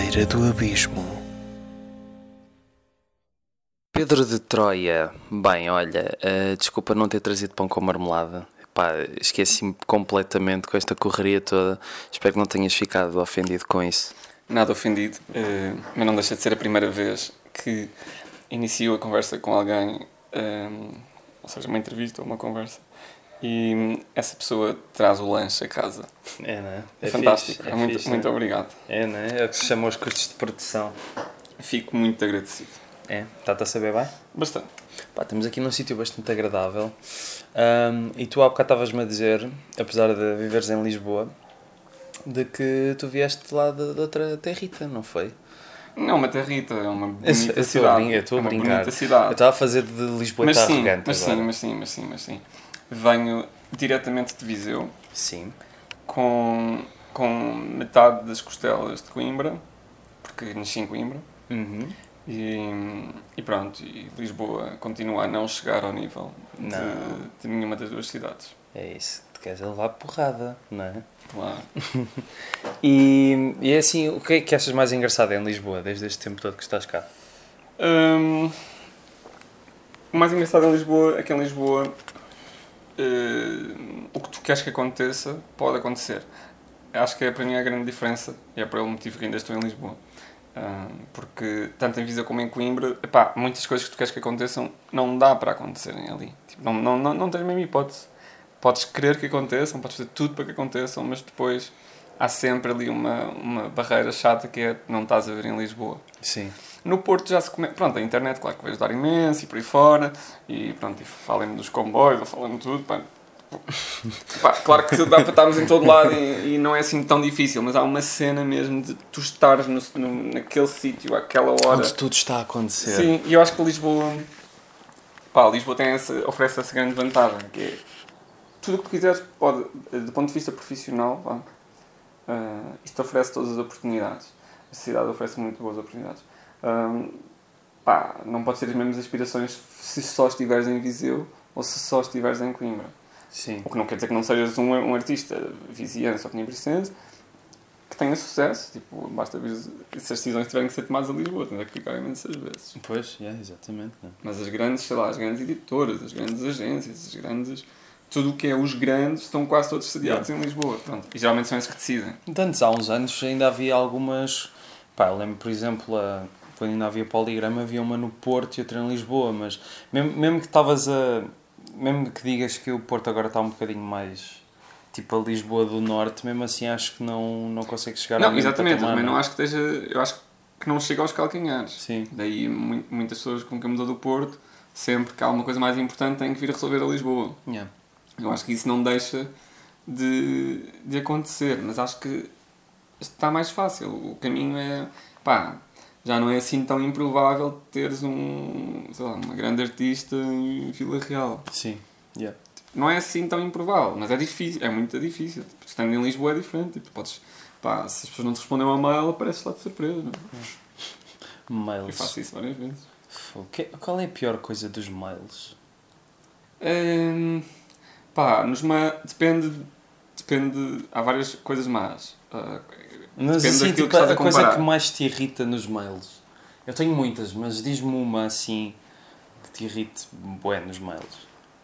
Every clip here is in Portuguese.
beira do abismo. Pedro de Troia. Bem, olha, desculpa não ter trazido pão com marmelada. Pá, esqueci-me completamente com esta correria toda. Espero que não tenhas ficado ofendido com isso. Nada ofendido, mas não deixa de ser a primeira vez que inicio a conversa com alguém, ou seja, uma entrevista ou uma conversa, e essa pessoa traz o lanche a casa. É, não é? É fantástico, fixe, muito, fixe, muito não é? obrigado. É, não é? É o que se chama os custos de produção. Fico muito agradecido. É? Está-te a saber bem? Bastante. Pá, estamos aqui num sítio bastante agradável. E tu há bocado estavas-me a dizer, apesar de viveres em Lisboa, de que tu vieste lá de outra territa, não foi? Não, uma territa, é uma bonita Eu cidade. estou a É uma brincar. bonita cidade. Eu estava a fazer de Lisboa Mas sim, arrogante mas agora. sim. Venho diretamente de Viseu, Sim. com metade das costelas de Coimbra, porque nasci em Coimbra. Uhum. E pronto, e Lisboa continua a não chegar ao nível de nenhuma das duas cidades. É isso. Tu queres levar porrada, não é? Claro. E é assim, o que é que achas mais engraçado em Lisboa, desde este tempo todo que estás cá? O mais engraçado em Lisboa é que em Lisboa o que tu queres que aconteça pode acontecer. Acho que é para mim a grande diferença e é por esse motivo que ainda estou em Lisboa. Porque tanto em Viseu como em Coimbra, epá, muitas coisas que tu queres que aconteçam não dá para acontecerem ali. Tipo, não tens a mesma hipótese. Podes querer que aconteçam, podes fazer tudo para que aconteçam, mas depois há sempre ali uma barreira chata que é não estás a ver em Lisboa. Sim. No Porto já se começa... Pronto, a internet, claro que vai ajudar imenso e por aí fora. E pronto, e falem-me dos comboios, ou falem-me de tudo. Pá, claro que dá para estarmos em todo lado e não é assim tão difícil, mas há uma cena mesmo de tu estares naquele sítio, àquela hora. Onde tudo está a acontecer. Sim, e eu acho que Lisboa... Pá, Lisboa oferece essa grande vantagem, que é... Tudo o que tu quiseres pode, do ponto de vista profissional, isto oferece todas as oportunidades. A cidade oferece muito boas oportunidades. Não pode ser as mesmas aspirações se só estiveres em Viseu ou se só estiveres em Coimbra. Sim. O que não quer dizer que não sejas um artista viziense ou coimbricense que tenha sucesso. Tipo, basta ver se as decisões tiverem que ser tomadas a Lisboa, tem que ficar imensas vezes. Pois, exatamente. Não. Mas as grandes, sei lá, as grandes editoras, as grandes agências, as grandes... Tudo o que é os grandes estão quase todos sediados em Lisboa. Pronto. E geralmente são esses que decidem. Antes, há uns anos, ainda havia algumas... Pá, eu lembro, por exemplo, quando ainda havia Poligrama, havia uma no Porto e outra em Lisboa, mas mesmo que estavas a... Mesmo que digas que o Porto agora está um bocadinho mais... Tipo a Lisboa do Norte, mesmo assim acho que não consegue chegar ao Não, mesmo exatamente. patamar, Também não acho que esteja... Eu acho que não chega aos calcanhares. Sim. Daí muitas pessoas com quem mudou do Porto, sempre que há alguma coisa mais importante, têm que vir a resolver a Lisboa. Yeah. Eu acho que isso não deixa de acontecer, mas acho que está mais fácil. O caminho é... Pá, já não é assim tão improvável teres uma grande artista em Vila Real. Sim. Yeah. Não é assim tão improvável, mas é difícil, é muito difícil. Tipo, estando em Lisboa é diferente. Tipo, podes... Pá, se as pessoas não te respondem ao mail, apareces lá de surpresa. Não é? Mails. Eu faço isso várias vezes. Qual é a pior coisa dos mails? Pá, depende. Há várias coisas más. Mas Depende assim, daquilo tipo, que estás a a coisa comparar. que mais te irrita nos mails. Eu tenho muitas, mas diz-me uma assim que te irrite bué nos mails.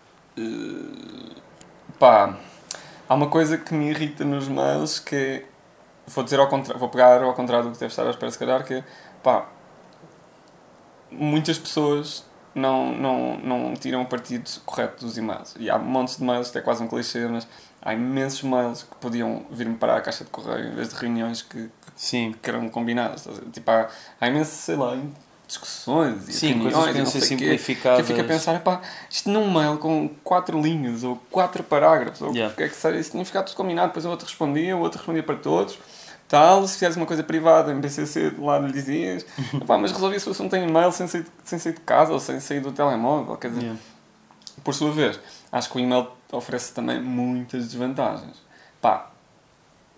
Pá, há uma coisa que me irrita nos mails que é, vou pegar ao contrário do que deve estar à espera se calhar, que é, pá, muitas pessoas não tiram o partido correto dos e-mails. E há montes de mails, isto é quase um clichê, mas há imensos mails que podiam vir-me para a caixa de correio em vez de reuniões que eram combinadas. Tipo, há imensos, sei lá, discussões e Sim, reuniões coisas que e deviam não ser sei o quê, simplificadas. que eu fico a pensar, pá, isto num mail com 4 linhas ou 4 parágrafos ou o que é que seja, isso tinha ficado tudo combinado, depois o outro respondia para todos. Tal, se fizesse uma coisa privada em BCC, de lá lhe dizias, mas resolvi-se o assunto em e-mail sem sair de casa ou sem sair do telemóvel. Quer dizer, por sua vez, acho que o e-mail oferece também muitas desvantagens. Pá.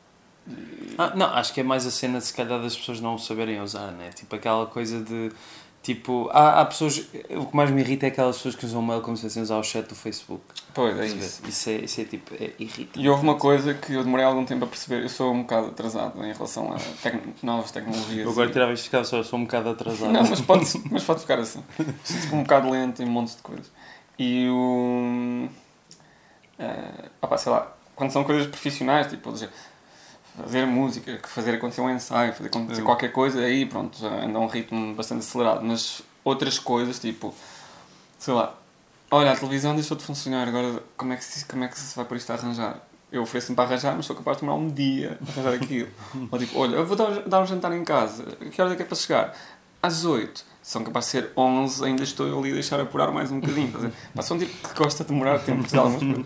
Não, acho que é mais a cena de se calhar das pessoas não o saberem usar, né? Tipo aquela coisa de Tipo, há pessoas... O que mais me irrita é aquelas pessoas que usam o mail como se fossem usar o chat do Facebook. Pois, é isso. Isso é tipo... É irritante. E houve uma coisa que eu demorei algum tempo a perceber. Eu sou um bocado atrasado em relação a novas tecnologias. Eu agora tirava isto de casa, sou um bocado atrasado. Não, mas pode ficar assim. Sinto-me um bocado lento em montes de coisas. E o... sei lá, quando são coisas profissionais, tipo, fazer música, fazer acontecer um ensaio, fazer acontecer qualquer coisa, aí pronto, já anda a um ritmo bastante acelerado. Mas outras coisas, tipo, sei lá, olha, a televisão deixou de funcionar, agora como é que se vai por isto a arranjar? Eu ofereço-me para arranjar, mas sou capaz de demorar um dia a arranjar aquilo. Ou tipo, olha, eu vou dar um jantar em casa, que horas é que é para chegar? Às 8. São capazes de ser 11, ainda estou ali a deixar apurar mais um bocadinho. Sou um tipo que gosta de demorar tempo de algumas coisas.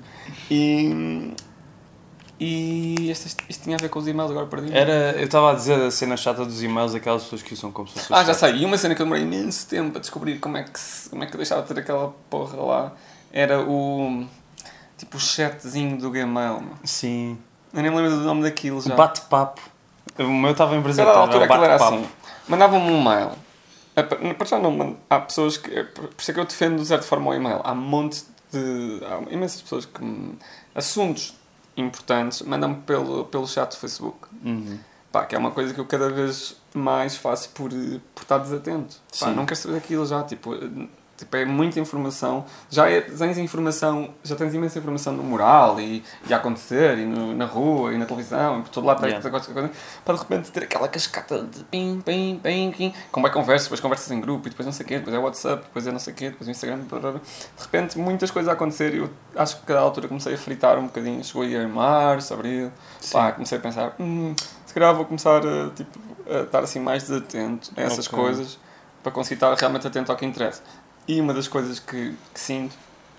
E isto tinha a ver com os e-mails, agora perdi. Eu estava a dizer a cena chata dos e-mails, aquelas pessoas que usam como se fosse. Já sei. E uma cena que eu demorei imenso tempo a descobrir como é que eu deixava de ter aquela porra lá era o chatzinho do Gmail. Sim. Eu nem me lembro do nome daquilo já. Bate-papo. O meu estava em Brasil. Cada altura aquilo era assim. Mandavam-me um mail. Para já não, há pessoas que... Por isso é que eu defendo de certa forma o e-mail. Há há imensas pessoas que... Assuntos importantes mandam-me pelo chat do Facebook. Uhum. Que é uma coisa que eu cada vez mais faço por estar desatento. Não quero saber daquilo já. É muita informação. Já tens imensa informação no mural e a acontecer, e na rua, e na televisão, e por todo lado para de repente ter aquela cascata de pim, pim, pim, pim, como é conversa, depois conversas em grupo, e depois não sei o quê, depois é WhatsApp, depois é não sei o quê, depois o Instagram, de repente muitas coisas a acontecer e eu acho que a cada altura comecei a fritar um bocadinho. Chegou aí em março, abril, comecei a pensar, se calhar vou começar a estar assim mais desatento a essas coisas, para conseguir estar realmente atento ao que interessa. E uma das coisas que sinto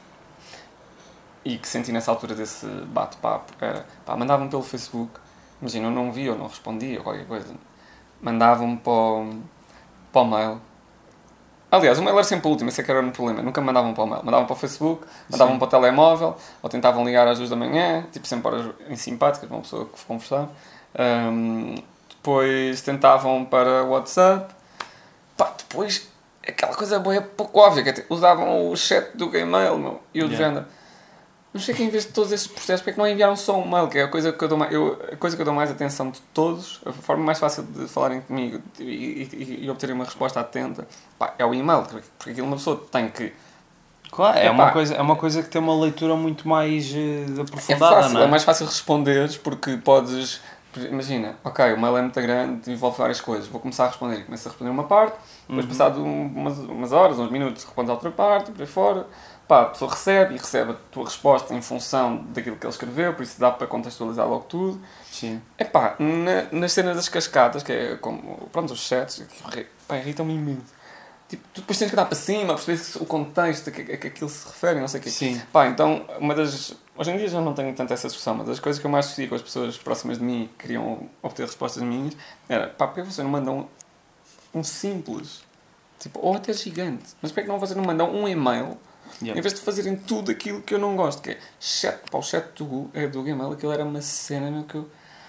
e que senti nessa altura desse bate-papo era, mandavam-me pelo Facebook, imagina, eu não via ou não respondia ou qualquer coisa, mandavam-me para o mail. Aliás, o mail era sempre o último, esse é que era o problema, nunca me mandavam para o mail, mandavam para o Facebook, mandavam para o telemóvel, ou tentavam ligar às 2 da manhã, sempre horas simpáticas, uma pessoa que conversava. Depois tentavam para o WhatsApp, depois aquela coisa boa, pouco óbvia, que usavam o chat do Gmail, meu, e o género. Não sei que em vez de todos esses processos, porque é que não enviaram só um mail, que é a coisa que eu dou mais atenção de todos, a forma mais fácil de falarem comigo e obterem uma resposta atenta, é o e-mail, porque aquilo uma pessoa tem que... Claro, é uma coisa que tem uma leitura muito mais aprofundada, fácil, não é? É mais fácil responderes, porque podes... Imagina, o mail é muito grande, envolve várias coisas. Vou começar a responder e começo a responder uma parte, depois passado umas horas, uns minutos, respondes a outra parte, por aí fora. A pessoa recebe a tua resposta em função daquilo que ele escreveu, por isso dá para contextualizar logo tudo. Sim. Nas cenas das cascatas, que é como, os chats, irritam-me imenso. Tu depois tens que dar para cima, perceber o contexto a que aquilo se refere, não sei o quê. Sim. Então, hoje em dia já não tenho tanto essa discussão, mas das coisas que eu mais discutia com as pessoas próximas de mim que queriam obter respostas minhas era, porque vocês não mandam um simples, ou até gigante, mas porque é que vocês não mandam um e-mail, em vez de fazerem tudo aquilo que eu não gosto, que é chat, o chat do Gmail, aquilo era uma cena que eu...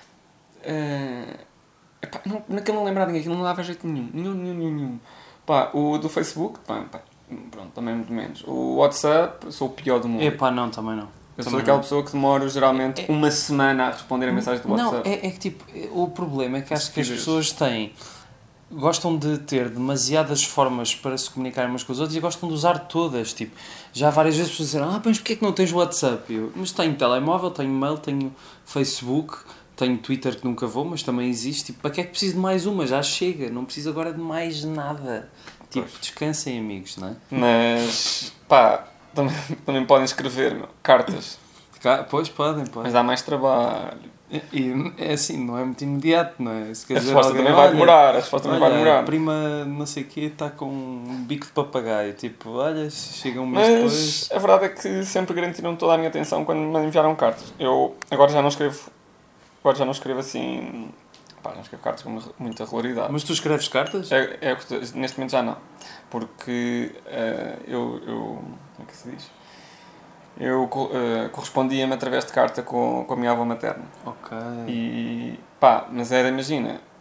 naquele não lembrar ninguém, aquilo não dava jeito nenhum. O do Facebook, pronto, também muito menos. O WhatsApp, sou o pior do mundo. Não, também não. Eu sou aquela pessoa que demora geralmente uma semana a responder a mensagem do WhatsApp. Não, é que o problema é que acho que as pessoas gostam de ter demasiadas formas para se comunicarem umas com as outras e gostam de usar todas. Já várias vezes as pessoas disseram, mas porquê é que não tens WhatsApp? Mas tenho telemóvel, tenho mail, tenho Facebook, tenho Twitter que nunca vou, mas também existe. Para que é que preciso de mais uma? Já chega, não preciso agora de mais nada. Descansem, amigos, não é? Mas, também podem escrever, cartas. Pois podem. Mas dá mais trabalho. E é assim, não é muito imediato, não é? Se a resposta também vai demorar. A prima não sei o quê está com um bico de papagaio. Chega um mês depois. Mas a verdade é que sempre garantiram toda a minha atenção quando me enviaram cartas. Eu agora já não escrevo assim... não escrevo cartas com muita regularidade. Mas tu escreves cartas? Neste momento já não. Porque como é que se diz? Eu correspondia-me através de carta com a minha avó materna. Ok. Mas imagina,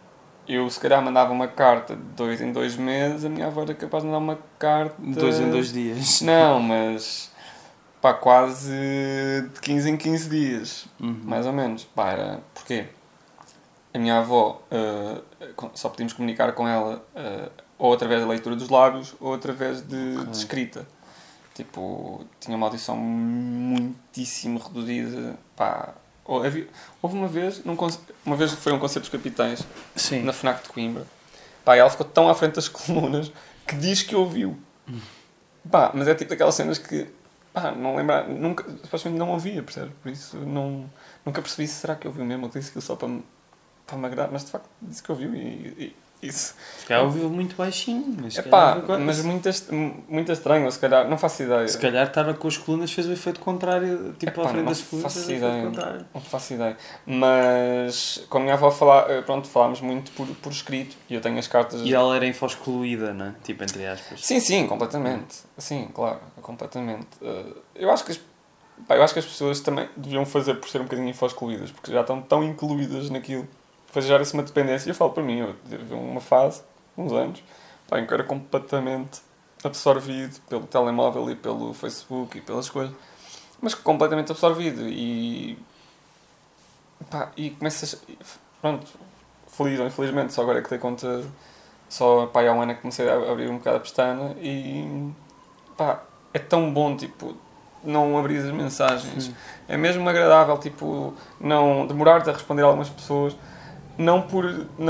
eu se calhar mandava uma carta de 2 em 2 meses, a minha avó era capaz de mandar uma carta... 2 em 2 dias. Não, mas... Pá, quase de 15 em 15 dias, mais ou menos. Pá, era... Porquê? A minha avó, só podíamos comunicar com ela ou através da leitura dos lábios ou através de escrita. Tipo, tinha uma audição muitíssimo reduzida. Pá, houve uma vez, uma vez foi um concerto dos Capitães, Sim. na FNAC de Coimbra. Pá, ela ficou tão à frente das colunas que diz que ouviu. Pá, mas é tipo daquelas cenas que... Pá, não lembrar, nunca, supostamente não ouvia, percebe? Por isso nunca percebi se será que ouviu mesmo, ou disse aquilo só para me agradar, mas de facto disse que ouviu e isso. Se calhar ouviu muito baixinho, mas mas muito estranho, se calhar, não faço ideia. Se calhar estar com as colunas fez o efeito contrário, tipo à frente das colunas. Não faço ideia. Mas com a minha avó falámos muito por escrito e eu tenho as cartas. E ela era infoscluída, não é? Tipo, entre aspas. Sim, completamente. Sim, claro, completamente. Eu acho que as pessoas também deviam fazer por ser um bocadinho infoscluídas, porque já estão tão incluídas naquilo. Depois já era-se uma dependência. E eu falo para mim, eu tive uma fase, uns anos, em que eu era completamente absorvido pelo telemóvel e pelo Facebook e pelas coisas. Mas completamente absorvido. E começas... Pronto, feliz ou infelizmente, só agora é que dei conta... Só há um ano é que comecei a abrir um bocado a pestana e... é tão bom, tipo... não abrir as mensagens. É mesmo agradável, tipo... não demorar-te a responder a algumas pessoas... Não por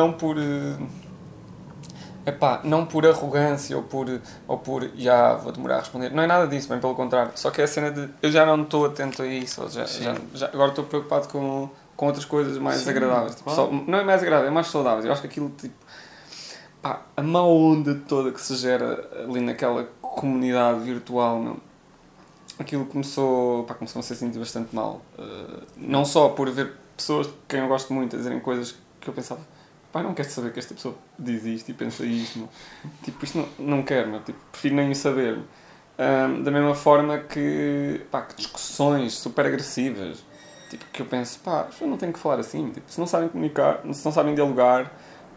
arrogância ou por vou demorar a responder. Não é nada disso, bem pelo contrário. Só que é a cena de eu já não estou atento a isso. Agora estou preocupado com outras coisas mais agradáveis. Tipo, não é mais agradável, é mais saudável. Eu acho que aquilo, tipo... a má onda toda que se gera ali naquela comunidade virtual, meu, aquilo começou a ser sentido bastante mal. Não só por ver pessoas de quem eu gosto muito a dizerem coisas que eu pensava, não quero saber que esta pessoa diz isto e pensa isto, meu. Tipo, isto não quero, meu. Tipo, prefiro nem saber. Da mesma forma que discussões super agressivas, tipo, que eu penso, as pessoas não têm que falar assim, tipo, se não sabem comunicar, se não sabem dialogar,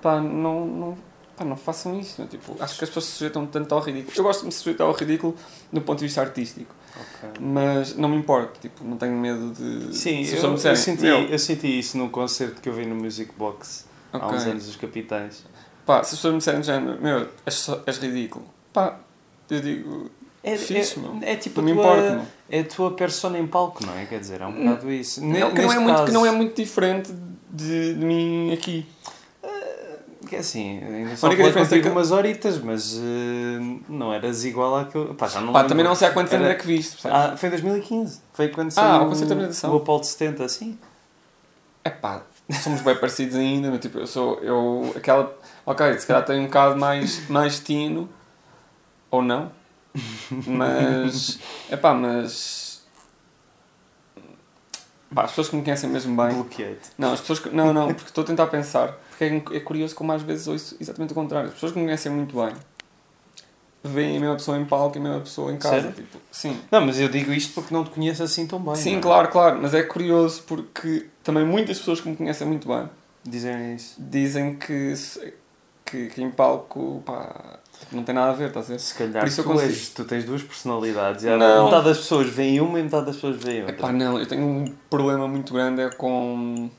não façam isso, meu. Tipo, acho que as pessoas se sujeitam tanto ao ridículo. Eu gosto de me sujeitar ao ridículo do ponto de vista artístico. Okay. Mas não me importo, tipo, não tenho medo de... Sim, eu senti isso num concerto que eu vi no Music Box há uns anos, os Capitães. Se as pessoas me disserem de género, meu, és ridículo, eu digo, fixe, meu. É tipo não me importa, é a tua persona em palco, não é? Quer dizer, é um bocado isso. Que não é muito diferente de mim aqui. Que é assim, ainda só falei contigo umas horitas, mas não eras igual àquilo. Já não também não sei há quantos anos é que viste. Foi em 2015. Foi quando saiu o concerto de apresentação. O Apollo 70, assim. Somos bem parecidos ainda, mas tipo, ok, se calhar tenho um bocado mais tino, ou não, mas... as pessoas que me conhecem mesmo bem... Bloqueei-te. Não, as pessoas que... Não, porque estou a tentar pensar. Porque é curioso como às vezes ouço exatamente o contrário. As pessoas que me conhecem muito bem veem a mesma pessoa em palco e a mesma pessoa em casa. Tipo, sim. Não, mas eu digo isto porque não te conheço assim tão bem. Sim, claro. Mas é curioso porque também muitas pessoas que me conhecem muito bem dizem que em palco não tem nada a ver, estás a ver? Se calhar tu tens duas personalidades e metade das pessoas veem uma e metade das pessoas veem outra. Não, eu tenho um problema muito grande com...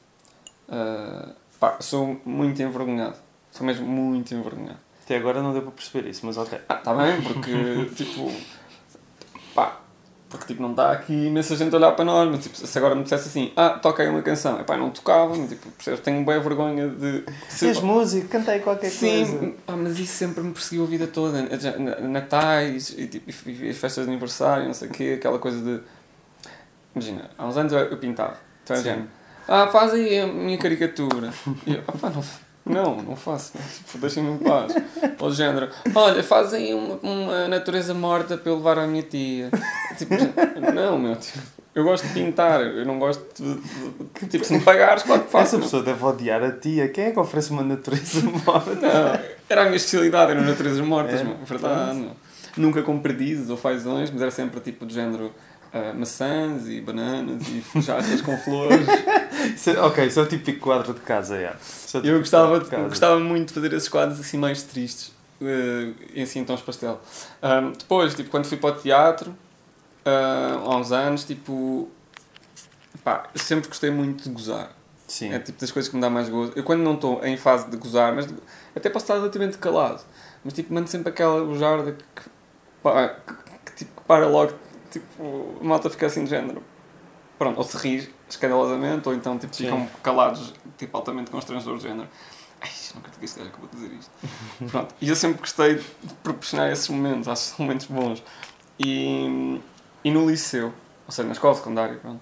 sou muito envergonhado. Sou mesmo muito envergonhado. Até agora não deu para perceber isso, mas ok. Está bem, porque tipo... porque tipo, não está aqui imensa gente a olhar para nós, mas tipo, se agora me dissesse assim, toca aí uma canção, não tocava, mas tipo, tenho bem vergonha de... És músico, cantei qualquer coisa. Sim, mas isso sempre me perseguiu a vida toda. Natais, e festas de aniversário, não sei o quê, aquela coisa de... Imagina, há uns anos eu pintava. Então é género, faz aí a minha caricatura. E eu, não faço, deixem-me em paz. Ou género, olha, faz aí uma natureza morta para eu levar à minha tia. Tipo, não, meu, tipo, eu gosto de pintar, eu não gosto de tipo, se me pagares, claro que faço. Essa pessoa deve odiar a tia. Quem é que oferece uma natureza morta? Não, era a minha especialidade, eram naturezas mortas, verdade. Não. Nunca com perdidos ou fazões, mas era sempre tipo de género, maçãs e bananas e jarras com flores. Ok, isso é o típico quadro de casa, Eu gostava muito de fazer esses quadros assim mais tristes, em assim tons pastel. Depois, tipo, quando fui para o teatro, há uns anos, tipo, pá, eu sempre gostei muito de gozar. Sim. É tipo das coisas que me dá mais gozo. Eu quando não estou em fase de gozar, mas até posso estar relativamente calado, mas tipo, mando sempre aquela bujarda que tipo, para logo, tipo, a malta fica assim de género. Pronto, ou se ri escandalosamente, ou então tipo, ficam calados, tipo, altamente constrangedores, de género. Ai, não acredito que este gajo acabou de dizer isto. Pronto, e eu sempre gostei de proporcionar esses momentos, acho que são momentos bons. E no liceu, ou seja, na escola secundária, pronto,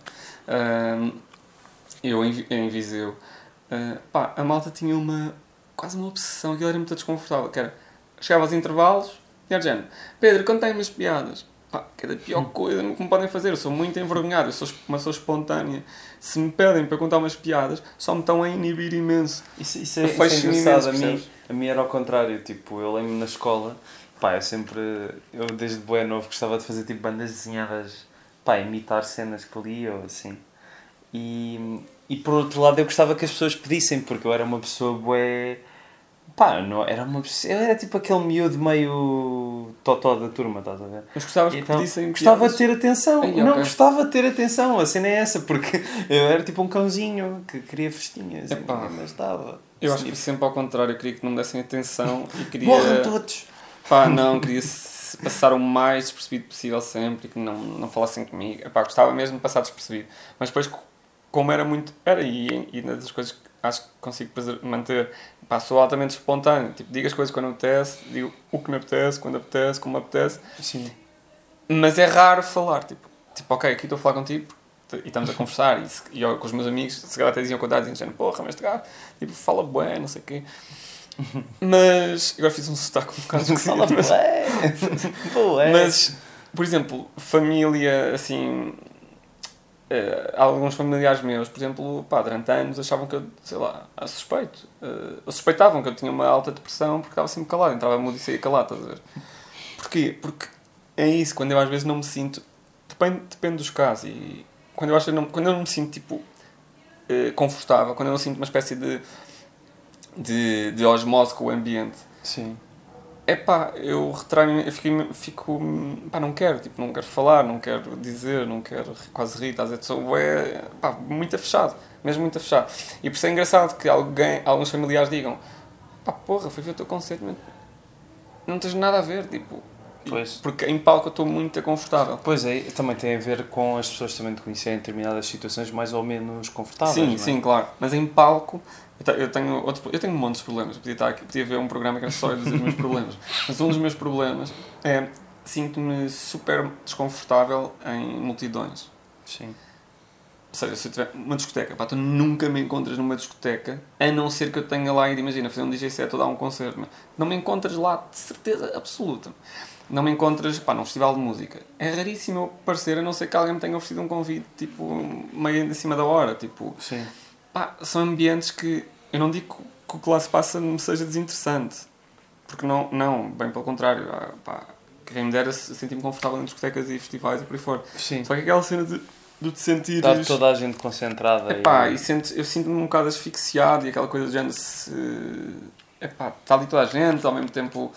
eu em Viseu, pá, a malta tinha quase uma obsessão, aquilo era muito desconfortável, que era, chegava aos intervalos e era de género, Pedro, contei umas piadas. Pá, que é a pior coisa que me podem fazer, eu sou muito envergonhado, eu sou uma pessoa espontânea. Se me pedem para contar umas piadas, só me estão a inibir imenso. Isso é engraçado, a mim era ao contrário, tipo, eu lembro-me na escola, pá, eu desde bué novo gostava de fazer tipo bandas desenhadas, pá, imitar cenas que lia ou assim. E por outro lado eu gostava que as pessoas pedissem, porque eu era uma pessoa bué... Pá, não, eu era tipo aquele miúdo meio totó da turma, estás a ver? Mas gostavas que Então, pedissem gostava piadas? de ter atenção. Ai, Não, ok. gostava de ter atenção. A cena é essa, porque eu era tipo um cãozinho que queria festinhas Epá, e ninguém mais dava. Eu acho que foi sempre ao contrário, eu queria que não me dessem atenção e queria... Morram todos! Pá, não, queria se passar o mais despercebido possível sempre e que não falassem comigo. Epá, gostava mesmo de passar despercebido. Mas depois, como era muito... e uma das coisas que acho que consigo manter, pá, sou altamente espontâneo. Tipo, digo as coisas quando me apetece, digo o que me apetece, quando apetece, como me apetece. Sim. Mas é raro falar, tipo, ok, aqui estou a falar contigo e estamos a conversar e eu, com os meus amigos, se calhar até diziam contar, dizendo, porra, mas este gajo, tipo, fala bué, não sei o quê. Mas, agora fiz um sotaque um bocado esquisito, Fala bué! Mas, por exemplo, família, assim, alguns familiares meus, por exemplo, pá, durante anos achavam que eu, sei lá, suspeitavam que eu tinha uma alta depressão porque estava sempre calado, entrava mudo e saía calado, estás a ver? Porquê? Porque é isso, quando eu às vezes não me sinto, depende dos casos, e quando eu não me sinto, tipo, confortável, quando eu não sinto uma espécie de osmose com o ambiente, Sim. pá, eu retraio, eu fico pá, não quero falar, não quero dizer, não quero quase rir, estás a dizer, sou pá, muito fechado, mesmo muito fechado. E por isso é engraçado que alguns familiares digam, pá, porra, fui ver o teu concerto, mas não tens nada a ver, tipo, Pois. porque em palco eu estou muito confortável. Pois é, também tem a ver com as pessoas também te conhecerem em determinadas situações mais ou menos confortáveis. Sim, não é? sim, claro. Mas em palco eu tenho um monte de problemas. Podia ver um programa que era só eu dizer os meus problemas. Mas um dos meus problemas é sinto-me super desconfortável em multidões. Sim. Ou seja, se eu tiver uma discoteca, pá, tu nunca me encontras numa discoteca, a não ser que eu tenha lá, imagina, fazer um DJ set ou dar um concerto. Não me encontras lá de certeza absoluta. Não me encontras, pá, num festival de música. É raríssimo eu aparecer, a não ser que alguém me tenha oferecido um convite, tipo, meio em cima da hora, tipo... Sim. Pá, são ambientes que eu não digo que o que lá se passa me seja desinteressante, porque não, bem pelo contrário, pá, quem me dera sentir-me confortável em discotecas e festivais e por aí fora. Sim. Só que aquela cena de te sentires... Está toda a gente concentrada. Epá, eu sinto-me um bocado asfixiado e aquela coisa do género epá, está ali toda a gente, ao mesmo tempo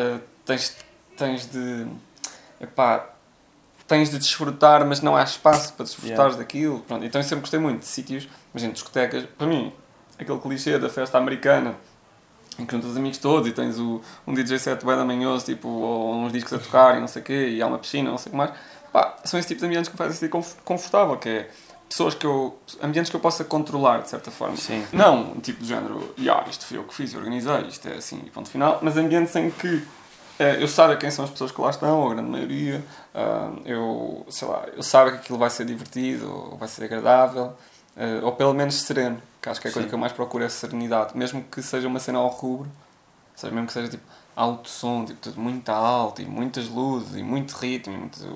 tens de... Epá, tens de desfrutar, mas não há espaço para desfrutares daquilo. Pronto, então eu sempre gostei muito de sítios, imagina, discotecas, para mim, aquele clichê da festa americana, em que juntas os amigos todos e tens um DJ set bem da manhoso, tipo, ou uns discos a tocar e não sei o quê, e há uma piscina, não sei o que mais. Pá, são esse tipo de ambientes que me fazem sentir confortável, que é ambientes que eu possa controlar, de certa forma. Sim. Não, tipo, do género, isto fui eu que fiz, eu organizei, isto é assim, ponto final, mas ambientes em que eu saiba quem são as pessoas que lá estão, a grande maioria, eu saiba que aquilo vai ser divertido, ou vai ser agradável, ou pelo menos sereno, que acho que é a coisa que eu mais procuro é serenidade, mesmo que seja uma cena ao rubro, seja, mesmo que seja tipo alto som, tipo, tudo muito alto, e muitas luzes, e muito ritmo,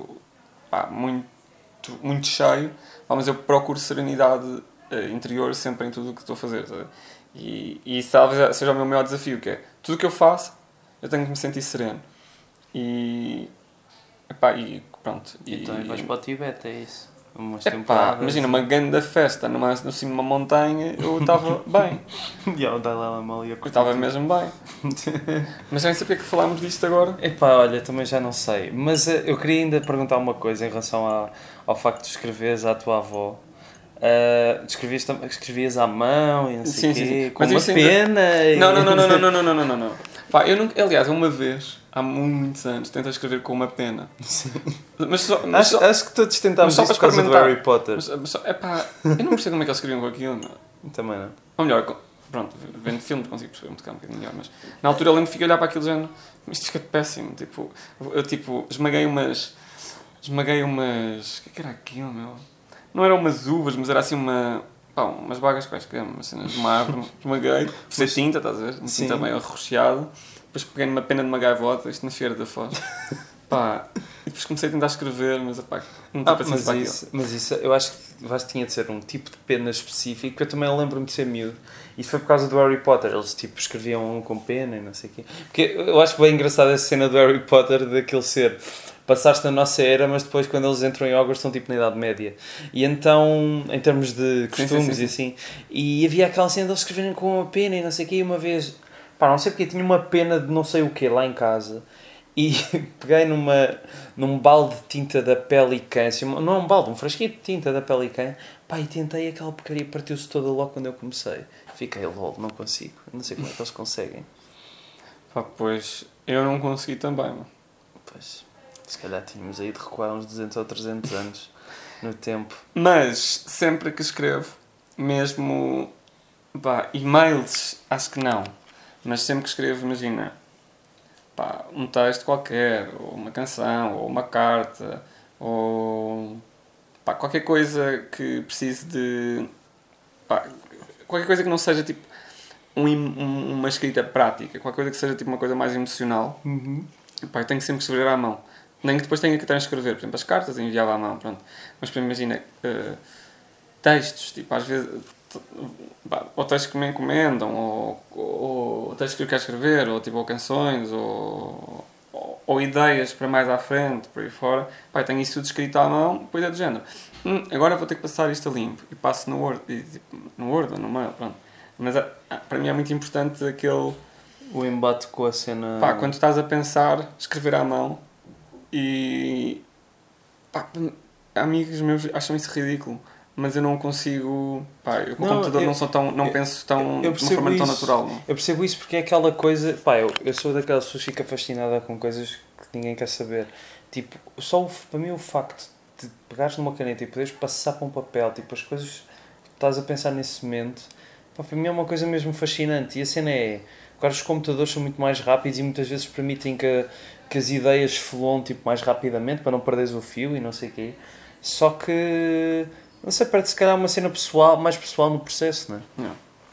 e muito cheio, mas eu procuro serenidade interior sempre em tudo o que estou a fazer, sabe? E isso talvez seja o meu maior desafio, que é, tudo o que eu faço, eu tenho que me sentir sereno. E pronto. Então vais para o Tibete, é isso? Umas Epá, temporadas. imagina uma grande festa no cimo de uma montanha, eu estava bem. E o Dalai Lama ali a Eu estava mesmo bem. Mas nem sei porque é que falámos disto agora. Epá, olha, também já não sei. Mas eu queria ainda perguntar uma coisa em relação ao facto de escreveres à tua avó. Escrevias à mão e não sei o quê, com Mas uma isso ainda- pena e... Não. Pá, eu nunca, aliás, uma vez, há muitos anos, tentei escrever com uma pena. Sim. Mas Acho que todos tentámos mas só isso por para causa do experimentar. Harry Potter. Epá, eu não percebo como é que eles escreviam com aquilo, meu. Também não. Ou melhor, pronto, vendo filmes consigo perceber um bocadinho melhor, mas na altura eu lembro que fiquei a olhar para aquilo dizendo, isto fica péssimo, tipo, eu tipo, esmaguei umas, o que era aquilo, meu? Não eram umas uvas, mas era assim umas bagas quaisquer, umas cenas de uma árvore, esmaguei, pus a tinta, estás a ver? Uma Sim. tinta meio arroxeada, depois peguei numa pena de uma gaivota, isto na Feira da Foz, pá, e depois comecei a tentar escrever, mas pá, não estou paciência para aquilo. Mas isso, eu acho que tinha de ser um tipo de pena específico, que eu também lembro-me de ser miúdo. Isso foi por causa do Harry Potter, eles tipo escreviam com pena e não sei o quê. Porque eu acho bem engraçada essa cena do Harry Potter, daquele ser, passaste na nossa era, mas depois quando eles entram em Hogwarts estão tipo na Idade Média. E então, em termos de costumes Sim. e assim, e havia aquela cena de eles escreverem com uma pena e não sei o quê, e uma vez, pá, não sei porque, tinha uma pena de não sei o quê lá em casa. E peguei num balde de tinta da Pelican, assim, não é um balde, um frasquinho de tinta da Pelican, pá, e tentei, aquela porcaria partiu-se toda logo quando eu comecei. Fiquei, lol, não consigo, não sei como é que eles conseguem. Pá, pois, eu não consegui também, mano. Pois, se calhar tínhamos aí de recuar uns 200 ou 300 anos no tempo. Mas, sempre que escrevo, mesmo, pá, e-mails, acho que não, mas sempre que escrevo, imagina, pá, um texto qualquer, ou uma canção, ou uma carta, ou pá, qualquer coisa que precise de... Pá, qualquer coisa que não seja tipo uma escrita prática, qualquer coisa que seja tipo uma coisa mais emocional, pá, eu tenho que sempre escrever à mão. Nem que depois tenha que transcrever, por exemplo, as cartas eu enviava à mão, pronto. Mas para imagina, textos, tipo, às vezes, ou textos que me encomendam, ou textos que eu quero escrever, ou tipo, ou canções, ou ideias para mais à frente, por aí fora. Pá, eu tenho isso tudo escrito à mão, depois é do género. Agora vou ter que passar isto a limpo. E passo no Word, no Word ou no Mail, pronto. Mas para mim é muito importante aquele... O embate com a cena... Pá, quando estás a pensar, escrever à mão e... Pá, amigos meus acham isso ridículo. Mas eu não consigo... Pá, eu com o computador não sou tão... Não penso tão... De uma forma tão natural. Não? Eu percebo isso porque é aquela coisa... Pá, eu sou daquelas pessoas que fica fascinada com coisas que ninguém quer saber. Tipo, para mim o facto de pegares numa caneta e poderes passar para um papel, tipo, as coisas que estás a pensar nesse momento, pá, para mim é uma coisa mesmo fascinante. E a cena é... Agora os computadores são muito mais rápidos e muitas vezes permitem que as ideias fluam tipo, mais rapidamente para não perderes o fio e não sei o quê. Só que... Não sei, parece se calhar uma cena pessoal, mais pessoal no processo, não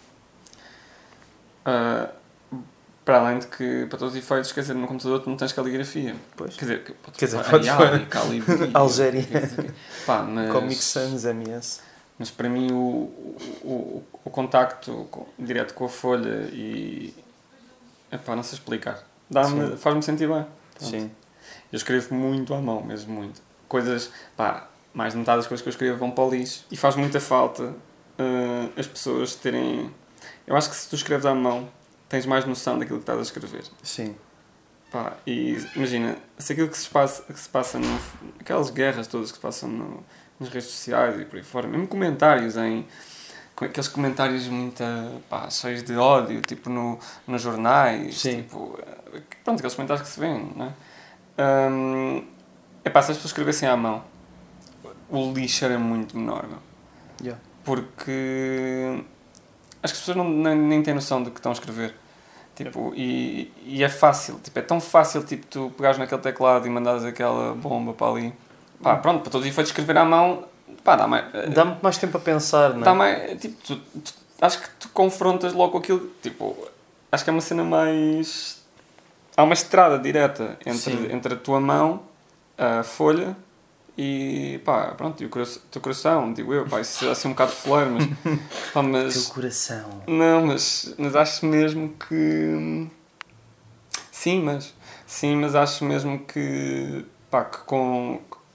é? Para além de que, para todos os efeitos, quer dizer, no computador tu não tens caligrafia. Pois. Quer dizer podes calibri, Algéria. Pá, mas... Comic Sans, MS. Mas para mim o contacto direto com a folha e... Epá, não sei explicar. Faz-me sentir bem. Pronto. Sim. Eu escrevo muito à mão, mesmo muito. Coisas, pá, mais de metade das coisas que eu escrevo vão para o lixo. E faz muita falta as pessoas terem... Eu acho que se tu escreves à mão, tens mais noção daquilo que estás a escrever. Sim. Pá, e imagina, se aquilo que se passa aquelas guerras todas que se passam nas redes sociais e por aí fora, mesmo comentários aqueles comentários muito cheios de ódio, tipo nos jornais, Sim. tipo, pronto, aqueles comentários que se vêem, não é? Se as pessoas escrevessem à mão, o lixo era muito menor, meu. Yeah. Porque acho que as pessoas nem têm noção do que estão a escrever. Tipo, e é fácil, tipo, é tão fácil tipo, tu pegares naquele teclado e mandares aquela bomba para ali. Pá, pronto, para todos os efeitos escrever à mão, pá, dá muito mais tempo a pensar, não é? Dá mais, tipo, acho que tu confrontas logo com aquilo, tipo, acho que é uma cena mais... Há uma estrada direta entre a tua mão, a folha e, pá, pronto, e o teu coração, digo eu, pá, isso é assim um bocado foleiro, mas... Pá, mas teu coração. Não, mas acho mesmo que... Sim, mas acho mesmo que, pá, que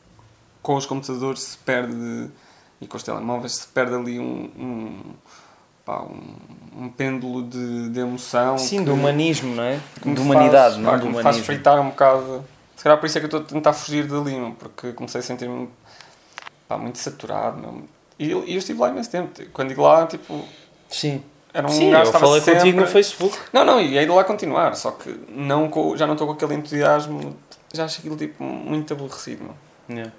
com os computadores se perde, e com os telemóveis se perde ali um pêndulo de emoção. Sim, do humanismo, não é? De humanidade, não do me humanismo. faz fritar um bocado. Se calhar por isso é que eu estou a tentar fugir dali, meu, porque comecei a sentir-me muito saturado. Meu. E eu estive lá imenso tempo. Quando digo lá, tipo... Sim. Era um Sim, gajo eu que falei sempre... contigo no Facebook. Não, e hei de lá continuar. Só que já não estou com aquele entusiasmo. Já acho aquilo tipo muito aborrecido. Meu. Yeah.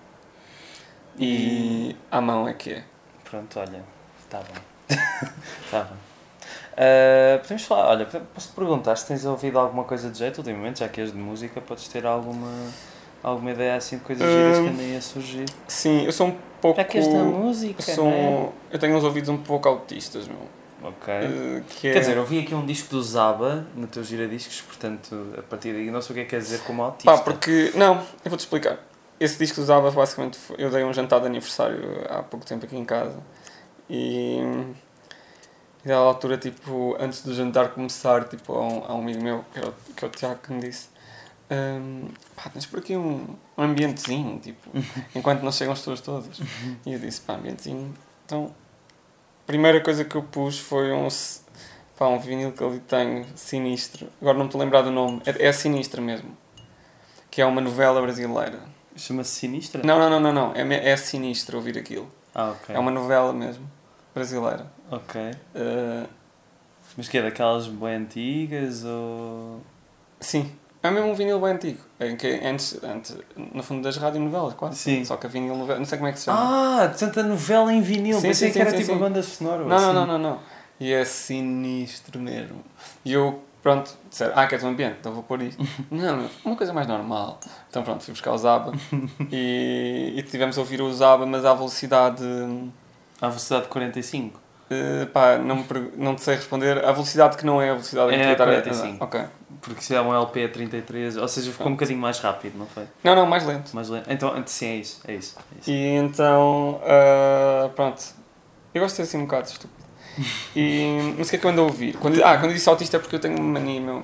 E à mão é que é. Pronto, olha, está bem. Está bem. Podemos falar, olha, posso-te perguntar se tens ouvido alguma coisa de jeito ultimamente, já que és de música, podes ter alguma ideia assim de coisas giras que andem a surgir? Sim, eu sou um pouco... Já que és da música, eu tenho uns ouvidos um pouco autistas, meu. Ok. Quer dizer, eu vi aqui um disco do Zaba no teu giradiscos, portanto, a partir daí não sei o que é que quer dizer como autista. Porque... Não, eu vou-te explicar. Esse disco do Zaba, basicamente, eu dei um jantar de aniversário há pouco tempo aqui em casa. E da altura, tipo, antes do jantar começar, tipo, a um amigo meu, que é o Tiago, que me disse: tens por aqui um ambientezinho, tipo, enquanto não chegam as pessoas todas. E eu disse: ambientezinho. Então, a primeira coisa que eu pus foi um vinil que ali tenho, Sinistro. Agora não me estou a lembrar do nome. É Sinistro mesmo. Que é uma novela brasileira. Chama-se Sinistra? Não. É sinistro ouvir aquilo. Ok. É uma novela mesmo, brasileira. Ok. Mas que é daquelas bem antigas ou... Sim. É mesmo um vinil bem antigo. Em que antes, no fundo das radionovelas, quase. Sim. Só que a vinil novela, não sei como é que se chama. Tanta novela em vinil. Pensei que era tipo a banda sonora. Não. E é sinistro mesmo. E eu, pronto, disseram: queres um ambiente? Então vou pôr isto. Não, uma coisa mais normal. Então pronto, fui buscar o Zaba e tivemos a ouvir o Zaba, mas à velocidade... À velocidade de 45? Não te sei responder. A velocidade que não é a velocidade em que é 45. Ok. Porque se é um LP a 33, ou seja, ficou um bocadinho mais rápido, não foi? Não, mais lento. Mais lento. Então, sim, é isso. E então, pronto. Eu gosto de ser assim um bocado estúpido. Mas o que é que eu ando a ouvir? Quando eu disse autista é porque eu tenho uma mania, meu,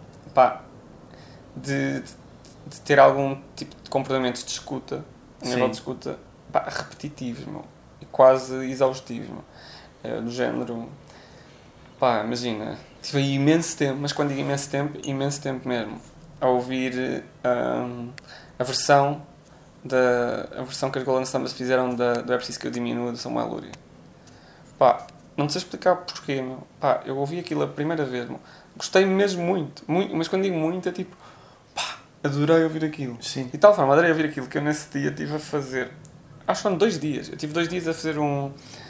de ter algum tipo de comportamentos de escuta, a nível de escuta, repetitivos, meu, e quase exaustivos, meu. Do género, imagina, tive aí imenso tempo, mas quando digo imenso tempo mesmo, a ouvir a versão que as Golden Summers fizeram do É Preciso Que Eu Diminua, do Samuel Luria. Não sei explicar porquê, meu. Eu ouvi aquilo a primeira vez, meu. Gostei mesmo muito, mas quando digo muito é tipo, adorei ouvir aquilo. Sim. E de tal forma, adorei ouvir aquilo que eu nesse dia estive a fazer, acho que foram 2 dias, eu tive 2 dias a fazer um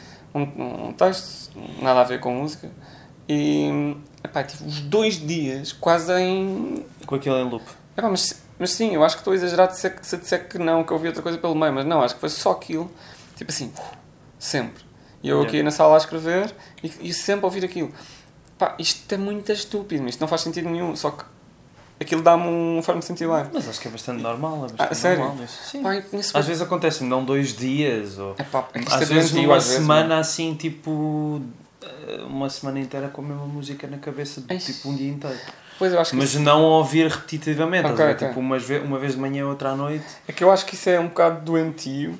texto, nada a ver com música, e tive os 2 dias quase em... Com aquilo em loop. Mas sim, eu acho que estou a exagerar se eu disser que não, que eu ouvi outra coisa pelo meio, mas não, acho que foi só aquilo, tipo assim, sempre. E eu aqui na sala a escrever e sempre a ouvir aquilo. Isto é muito estúpido, isto não faz sentido nenhum, só que aquilo dá-me um forma de sentir bem. Mas acho que é bastante normal. Sério? Normal, sim. Às vezes acontece-me, não 2 dias, ou às vezes numa semana assim, tipo, uma semana inteira com a mesma música na cabeça, tipo um dia inteiro. Pois eu acho que mas não ouvir repetitivamente, tipo uma vez de manhã, outra à noite. É que eu acho que isso é um bocado doentio,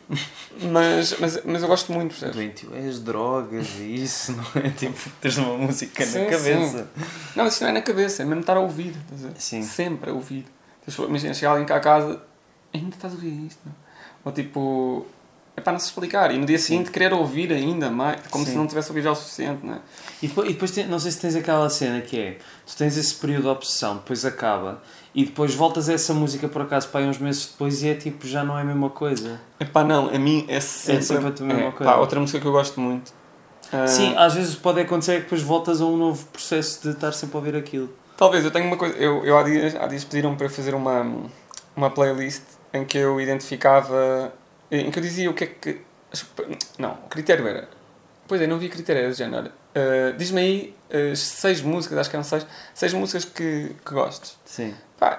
mas eu gosto muito, percebes? Doentio é as drogas e isso, não é? Tipo, tens uma música na cabeça. Sim. Não, isso não é na cabeça, é mesmo estar a ouvir. Sim. Sempre a ouvir. Imagina, chega alguém cá a casa, ainda estás a ouvir isto, não? Ou tipo, não se explicar. E no dia seguinte querer ouvir ainda mais, como se não tivesse ouvido já o suficiente, não é? E depois não sei se tens aquela cena que é, tu tens esse período de obsessão, depois acaba, e depois voltas a essa música por acaso para aí uns meses depois e é tipo, já não é a mesma coisa. Não, a mim é sempre a mesma coisa. Outra música que eu gosto muito. Sim, às vezes pode acontecer que depois voltas a um novo processo de estar sempre a ouvir aquilo. Talvez, eu tenho uma coisa, eu há dias pediram para eu fazer uma playlist em que eu identificava, em que eu dizia o que é que... Não, o critério era... Pois é, não vi critério, era do género. Diz-me aí 6 músicas, acho que eram 6 músicas que gostes. Sim.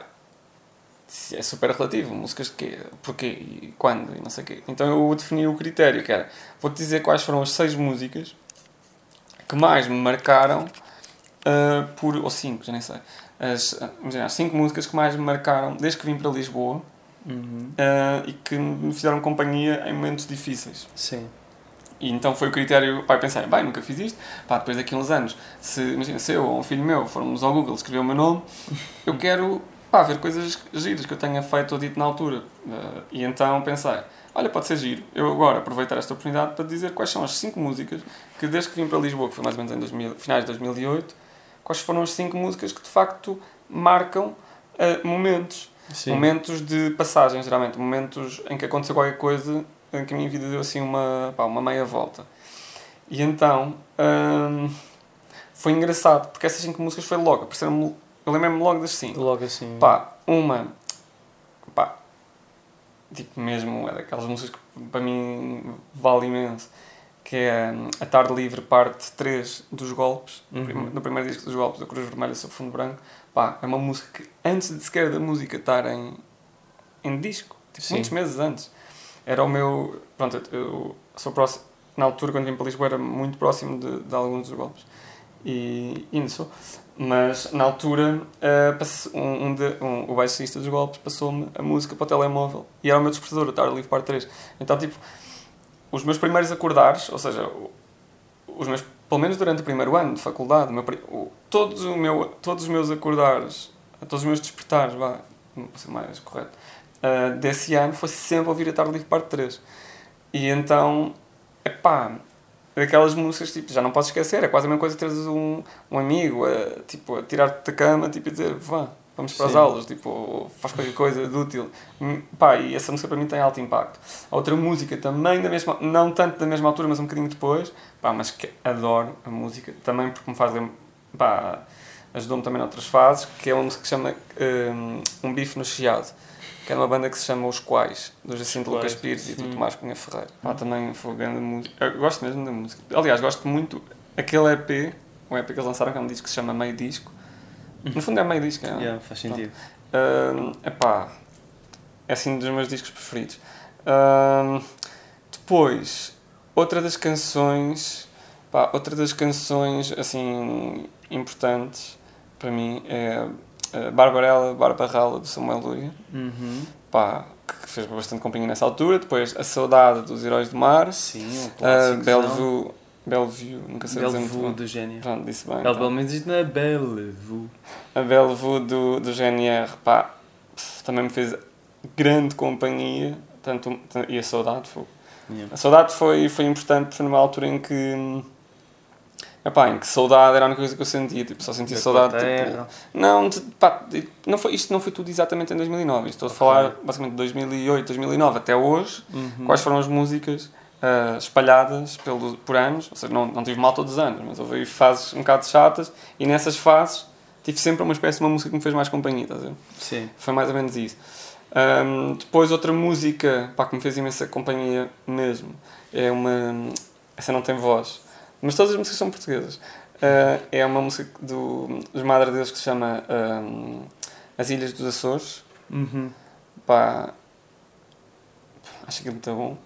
É super relativo, músicas de quê, porquê e quando e não sei o quê. Então eu defini o critério, que era, vou-te dizer quais foram as 6 músicas que mais me marcaram, ou 5, já nem sei. As 5 músicas que mais me marcaram desde que vim para Lisboa, e que me fizeram companhia em momentos difíceis. Sim. E então foi o critério, pá, eu pensei, bem, nunca fiz isto, pá, depois daqui a uns anos, imagina, se eu ou um filho meu formos ao Google escrever o meu nome, eu quero, pá, ver coisas giras que eu tenha feito ou dito na altura. E então pensei, olha, pode ser giro, eu agora aproveitar esta oportunidade para dizer quais são as 5 músicas que desde que vim para Lisboa, que foi mais ou menos em finais de 2008, quais foram as 5 músicas que de facto marcam momentos. Sim. Momentos de passagem, geralmente, momentos em que aconteceu qualquer coisa em que a minha vida deu assim uma meia volta. E então foi engraçado, porque essas 5 músicas foi logo, apareceram-me, eu lembro-me logo das 5. Logo assim. Pá, uma, pá, tipo mesmo, é daquelas músicas que para mim vale imenso, que é A Tarde Livre, parte 3 dos Golpes, no primeiro disco dos Golpes, da Cruz Vermelha sobre fundo branco. Pá, é uma música que antes de sequer da música estar em disco, tipo, muitos meses antes, era o meu... Pronto, eu sou próximo... Na altura, quando vim para Lisboa, era muito próximo de alguns dos Golpes. E ainda sou. Mas, na altura, o baixista dos Golpes passou-me a música para o telemóvel. E era o meu despertador, a Tarde Livre, parte 3. Então, tipo, os meus primeiros acordares, ou seja, os meus, pelo menos durante o primeiro ano de faculdade, todos os meus acordares, todos os meus despertares, vou ser mais correto, desse ano foi sempre ouvir a Tarde Livre parte 3. E então, aquelas músicas, tipo, já não posso esquecer, é quase a mesma coisa teres um amigo a tirar-te da cama, tipo, e dizer, vamos para as aulas, tipo, faz qualquer coisa de útil. E essa música para mim tem alto impacto. A outra música também da mesma, não tanto da mesma altura, mas um bocadinho depois, mas que adoro a música, também porque me faz lembrar, ajudou-me também noutras fases, que é uma música que se chama Um Bife no Chiado, que é uma banda que se chama Os Quais, do Jacinto Lucas Pires e do Tomás Cunha Ferreira. Também foi grande música. Eu gosto mesmo da música. Aliás, gosto muito aquele EP, um EP que eles lançaram, que é um disco que se chama Meio Disco. No fundo é meio disco, faz sentido. É assim dos meus discos preferidos. Depois, outra das canções assim importantes para mim é Barbarella, Barbarella, do Samuel Luria, que fez bastante companhia nessa altura. Depois A Saudade, dos Heróis do Mar. Sim, um clássico. Bellevue, nunca sei dizer muito bem. Do GNR. Pronto, disse bem. Pelo menos isto não é Bellevue. A Bellevue do GNR, também me fez grande companhia, e A Saudade foi. A Saudade foi importante, foi numa altura em que saudade era a única coisa que eu sentia, tipo, só sentia saudade, tipo, isto não foi tudo exatamente em 2009, estou a falar basicamente de 2008, 2009 até hoje, quais foram as músicas espalhadas por anos, ou seja, não tive mal todos os anos, mas houve fases um bocado chatas, e nessas fases tive sempre uma espécie de uma música que me fez mais companhia, estás a ver? Sim. Foi mais ou menos isso. Depois outra música que me fez imensa companhia mesmo, essa não tem voz, mas todas as músicas são portuguesas. É uma música dos Madre Deus que se chama As Ilhas dos Açores. Acho que é muito bom.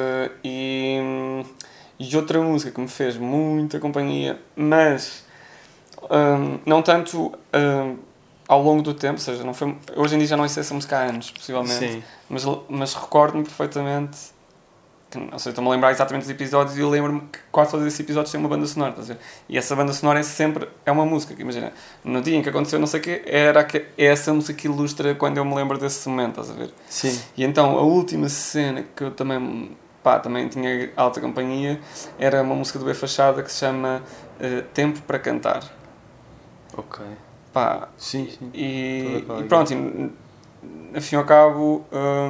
E outra música que me fez muita companhia, mas não tanto ao longo do tempo, ou seja, não foi, hoje em dia já não ouço essa música há anos, possivelmente. Sim. Mas recordo-me perfeitamente. Ou seja, estou-me a lembrar exatamente dos episódios e eu lembro-me que quase todos esses episódios têm uma banda sonora, estás a ver? E essa banda sonora é uma música, que imagina, no dia em que aconteceu não sei o quê, é essa música que ilustra quando eu me lembro desse momento, estás a ver? Sim. E então a última cena que eu também tinha alta companhia era uma música do B Fachada que se chama Tempo para Cantar. Ok. Sim. E pronto, ao fim e ao cabo...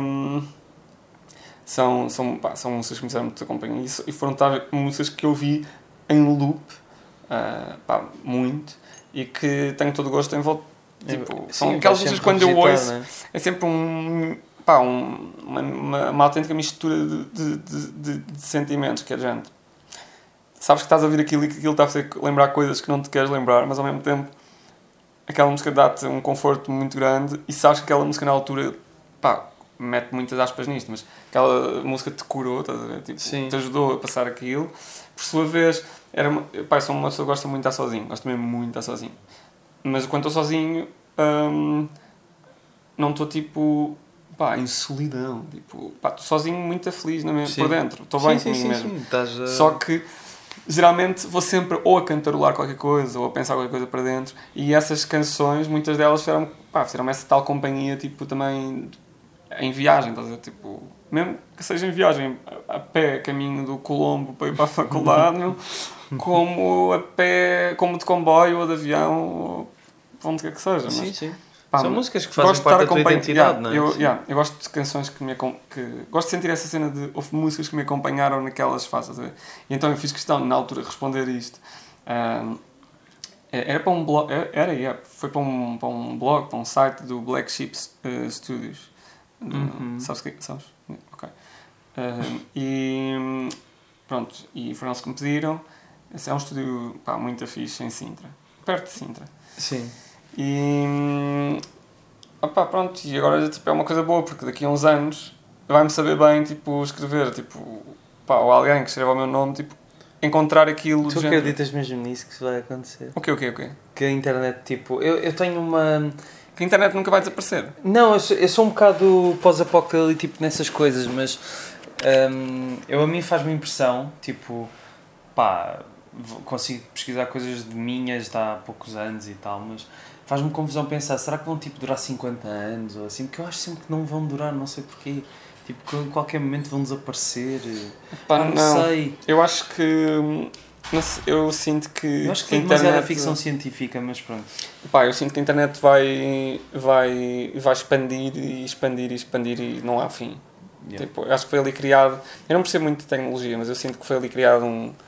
São músicas que me fizeram muita companhia e foram músicas que eu vi em loop muito e que tenho todo o gosto em volta. Tipo, são aquelas músicas que quando eu ouço, né? É sempre uma autêntica mistura de sentimentos, que é gente. Sabes que estás a ouvir aquilo e que aquilo está a fazer lembrar coisas que não te queres lembrar, mas ao mesmo tempo aquela música dá-te um conforto muito grande e sabes que aquela música na altura mete muitas aspas nisto, mas aquela música te curou, estás a ver? Tipo, te ajudou a passar aquilo. Por sua vez, sou uma pessoa que gosta muito de estar sozinho, gosto mesmo muito de estar sozinho. Mas quando estou sozinho, não estou tipo pá, em solidão. Tipo, pá, estou sozinho muito feliz Sim. por dentro. Estou bem Sim, comigo mesmo. sim. Estás a... Só que geralmente vou sempre ou a cantarolar qualquer coisa ou a pensar qualquer coisa para dentro, e essas canções, muitas delas fizeram-me essa tal companhia, tipo, também em viagem, estás a ver? Tipo, mesmo que seja em viagem a pé, caminho do Colombo para ir para a faculdade, meu, como a pé, como de comboio ou de avião, ou onde quer que seja. Mas, Sim. pá, São músicas que gosto fazem de parte da estar tua identidade, não é? eu gosto de canções que gosto de sentir essa cena de houve músicas que me acompanharam naquelas fases, estás a ver? E então eu fiz questão na altura de responder isto. Era para um blog, foi para um blog, para um site do Black Sheep Studios. Sabes? Ok. E pronto, e foram eles que me pediram. Esse é um estúdio, pá, muito fixe em Sintra, perto de Sintra. Sim. E opá, pronto, e agora tipo, é uma coisa boa, porque daqui a uns anos vai-me saber bem, tipo, escrever, tipo, pá, ou alguém que escreva o meu nome, tipo, encontrar aquilo. Tu acreditas mesmo nisso que isso vai acontecer? O quê? Que a internet, tipo, eu tenho uma... Que a internet nunca vai desaparecer. Não, eu sou um bocado pós-apocalíptico nessas coisas, mas a mim faz-me impressão, tipo, pá, consigo pesquisar coisas de minhas de há poucos anos e tal, mas faz-me confusão pensar, será que vão tipo durar 50 anos ou assim? Porque eu acho sempre que não vão durar, não sei porquê. Tipo, que em qualquer momento vão desaparecer. Pá, não sei. Eu acho que... Não sei, eu sinto que... Eu acho que tem demasiada ficção científica, mas pronto. Pá, eu sinto que a internet vai expandir e não há fim. Yeah. Tipo, eu acho que foi ali criado... Eu não percebo muito de tecnologia, mas eu sinto que foi ali criado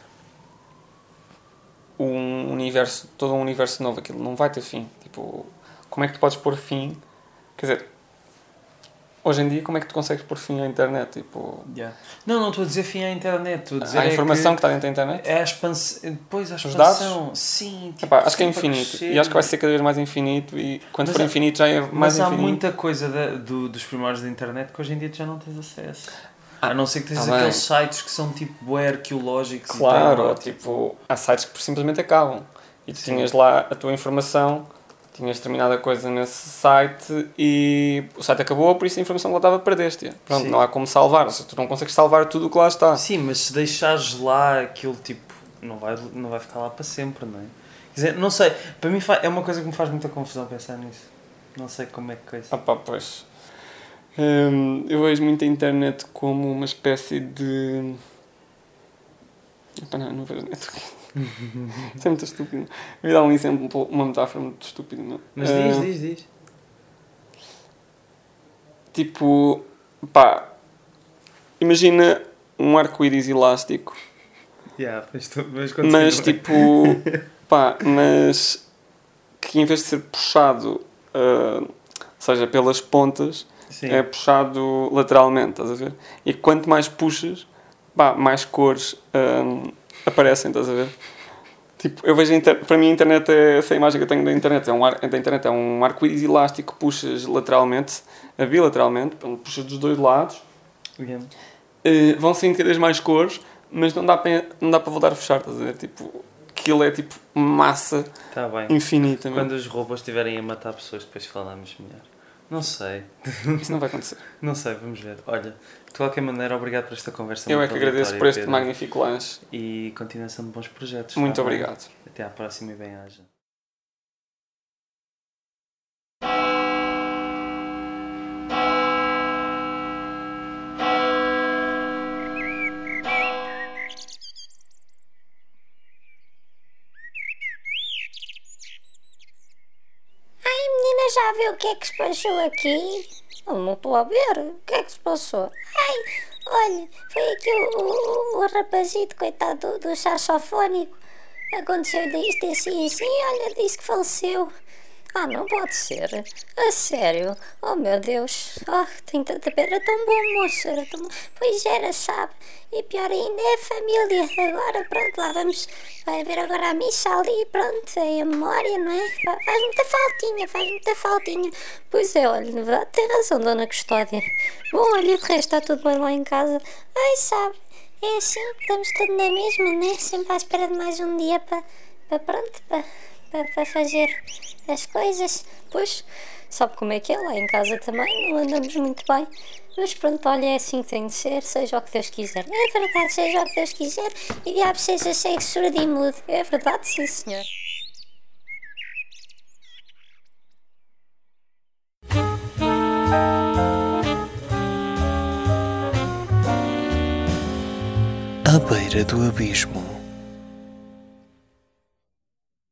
um universo, todo um universo novo. Aquilo não vai ter fim. Tipo, como é que tu podes pôr fim? Quer dizer, hoje em dia, como é que tu consegues pôr fim à internet? Tipo... Yeah. Não estou a dizer fim à internet. Estou a dizer a informação que está dentro da internet? É a expansão. Depois a expansão. Os dados? Sim. Tipo, epá, acho que é infinito. E acho que vai ser cada vez mais infinito. E quando for infinito já é mais mas infinito. Mas há muita coisa dos primórdios da internet que hoje em dia tu já não tens acesso. A não ser que tens aqueles sites que são tipo bué arqueológicos. Claro, ou tipo, há sites que simplesmente acabam. E tu tinhas lá a tua informação, tinhas determinada coisa nesse site e o site acabou, por isso a informação que lá estava perdeste. Pronto, não há como salvar. Ou seja, tu não consegues salvar tudo o que lá está. Sim, mas se deixares lá aquilo tipo, não vai ficar lá para sempre, não é? Quer dizer, não sei, para mim é uma coisa que me faz muita confusão pensar nisso. Não sei como é que é isso. Ah pá, pois. Eu vejo muito a internet como uma espécie de... Epá, não vejo a net. Isso é muito estúpido. Eu ia dar um exemplo, uma metáfora muito estúpida. Não? Mas diz. Tipo, pá, imagina um arco-íris elástico. Mas tipo, pá, mas que em vez de ser puxado, ou seja, pelas pontas, sim, é puxado lateralmente, estás a ver? E quanto mais puxas, pá, mais cores aparecem, estás a ver? Tipo, eu vejo para mim a internet essa imagem que eu tenho da internet é um arco-íris elástico que puxas lateralmente, bilateralmente, puxas dos dois lados, vão saindo cada vez mais cores, mas não dá para voltar a fechar, estás a ver? Tipo, aquilo é tipo massa infinita. Quando os robôs estiverem a matar pessoas, depois falamos melhor. Não sei. Isso não vai acontecer. Não sei, vamos ver. Olha, de qualquer maneira, obrigado por esta conversa. Eu é que agradeço por este magnífico lanche. E continuação de bons projetos. Muito obrigado. Até à próxima e bem-aja. Já viu o que é que se passou aqui? Eu não estou a ver. O que é que se passou? Ai, olha, foi aqui o rapazito, coitado do saxofónico. Aconteceu isto assim, olha, disse que faleceu. Ah, não pode ser. A sério? Oh, meu Deus. Oh, tenho tanta pena. Era tão bom, moço. Era tão bom. Pois era, sabe? E pior ainda é a família. Agora, pronto, lá vamos. Vai haver agora a missa ali. Pronto, é a memória, não é? Faz muita faltinha. Pois é, olha, tem razão, Dona Custódia. Bom, olha, o resto está tudo bem lá em casa. Ai, sabe? É assim, estamos tudo na mesma, né? Sempre à espera de mais um dia para para fazer as coisas. Pois, sabe como é que é? Lá em casa também não andamos muito bem. Mas pronto, olha, é assim que tem de ser, seja o que Deus quiser. É verdade, seja o que Deus quiser e diabo seja cego, surdo e mudo. É verdade, sim, senhor. À beira do abismo.